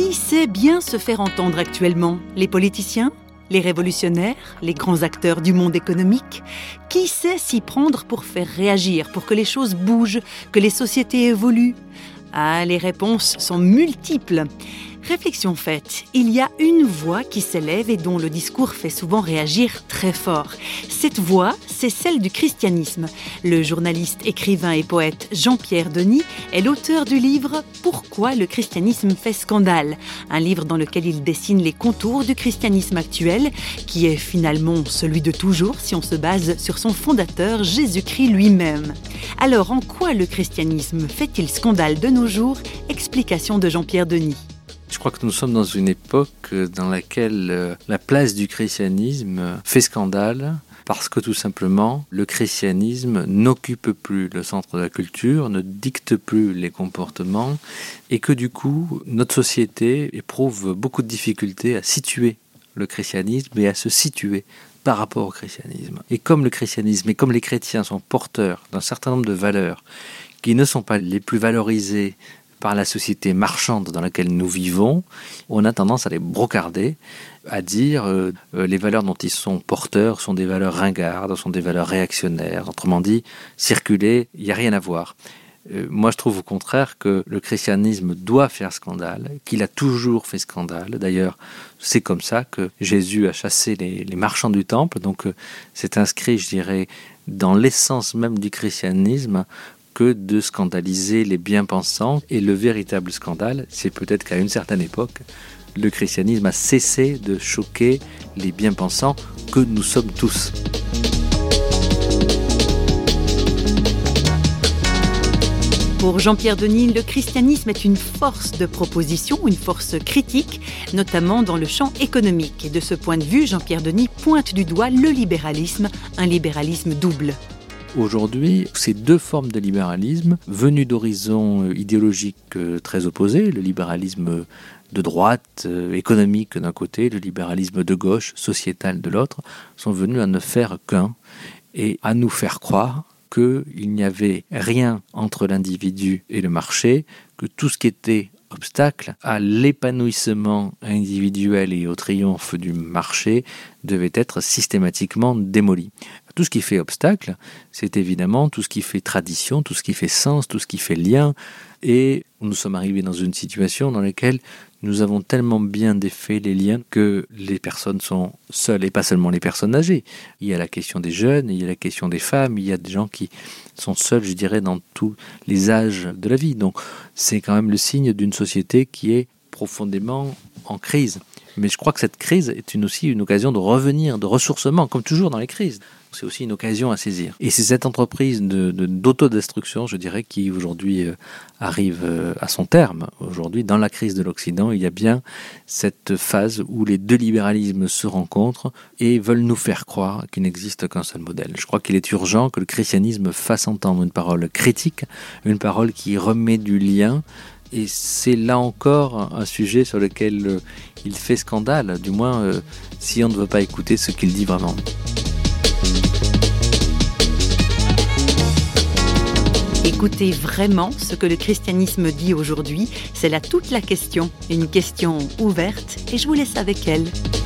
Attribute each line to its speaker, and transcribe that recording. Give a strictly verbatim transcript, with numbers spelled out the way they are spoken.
Speaker 1: Qui sait bien se faire entendre actuellement ? Les politiciens ? Les révolutionnaires, les grands acteurs du monde économique, qui sait s'y prendre pour faire réagir, pour que les choses bougent, que les sociétés évoluent ? Ah, les réponses sont multiples. Réflexion faite, il y a une voix qui s'élève et dont le discours fait souvent réagir très fort. Cette voix, c'est celle du christianisme. Le journaliste, écrivain et poète Jean-Pierre Denis est l'auteur du livre « Pourquoi le christianisme fait scandale ?», un livre dans lequel il dessine les contours du christianisme actuel, qui est finalement celui de toujours si on se base sur son fondateur Jésus-Christ lui-même. Alors, en quoi le christianisme fait-il scandale de nos jours ? Explication de Jean-Pierre Denis.
Speaker 2: Je crois que nous sommes dans une époque dans laquelle la place du christianisme fait scandale parce que tout simplement le christianisme n'occupe plus le centre de la culture, ne dicte plus les comportements et que du coup notre société éprouve beaucoup de difficultés à situer le christianisme et à se situer par rapport au christianisme. Et comme le christianisme et comme les chrétiens sont porteurs d'un certain nombre de valeurs qui ne sont pas les plus valorisées par la société marchande dans laquelle nous vivons, on a tendance à les brocarder, à dire euh, euh, les valeurs dont ils sont porteurs sont des valeurs ringardes, sont des valeurs réactionnaires. Autrement dit, circuler, il n'y a rien à voir. Euh, moi, je trouve au contraire que le christianisme doit faire scandale, qu'il a toujours fait scandale. D'ailleurs, c'est comme ça que Jésus a chassé les, les marchands du temple. Donc, euh, c'est inscrit, je dirais, dans l'essence même du christianisme, que de scandaliser les bien-pensants. Et le véritable scandale, c'est peut-être qu'à une certaine époque, le christianisme a cessé de choquer les bien-pensants que nous sommes tous.
Speaker 1: Pour Jean-Pierre Denis, le christianisme est une force de proposition, une force critique, notamment dans le champ économique. Et de ce point de vue, Jean-Pierre Denis pointe du doigt le libéralisme, un libéralisme double.
Speaker 2: Aujourd'hui, ces deux formes de libéralisme, venues d'horizons idéologiques très opposés, le libéralisme de droite, économique d'un côté, le libéralisme de gauche, sociétal de l'autre, sont venus à ne faire qu'un et à nous faire croire qu'il n'y avait rien entre l'individu et le marché, que tout ce qui était obstacle à l'épanouissement individuel et au triomphe du marché devait être systématiquement démoli. Tout ce qui fait obstacle, c'est évidemment tout ce qui fait tradition, tout ce qui fait sens, tout ce qui fait lien. Et nous sommes arrivés dans une situation dans laquelle nous avons tellement bien défait les liens que les personnes sont seules, et pas seulement les personnes âgées. Il y a la question des jeunes, il y a la question des femmes, il y a des gens qui sont seuls, je dirais, dans tous les âges de la vie. Donc c'est quand même le signe d'une société qui est profondément en crise. Mais je crois que cette crise est une, aussi une occasion de revenir, de ressourcement, comme toujours dans les crises. C'est aussi une occasion à saisir. Et c'est cette entreprise de, de, d'autodestruction, je dirais, qui aujourd'hui euh, arrive euh, à son terme. Aujourd'hui, dans la crise de l'Occident, il y a bien cette phase où les deux libéralismes se rencontrent et veulent nous faire croire qu'il n'existe qu'un seul modèle. Je crois qu'il est urgent que le christianisme fasse entendre une parole critique, une parole qui remet du lien. Et c'est là encore un sujet sur lequel euh, il fait scandale, du moins euh, si on ne veut pas écouter ce qu'il dit vraiment.
Speaker 1: Écoutez vraiment ce que le christianisme dit aujourd'hui, c'est là toute la question, une question ouverte et je vous laisse avec elle.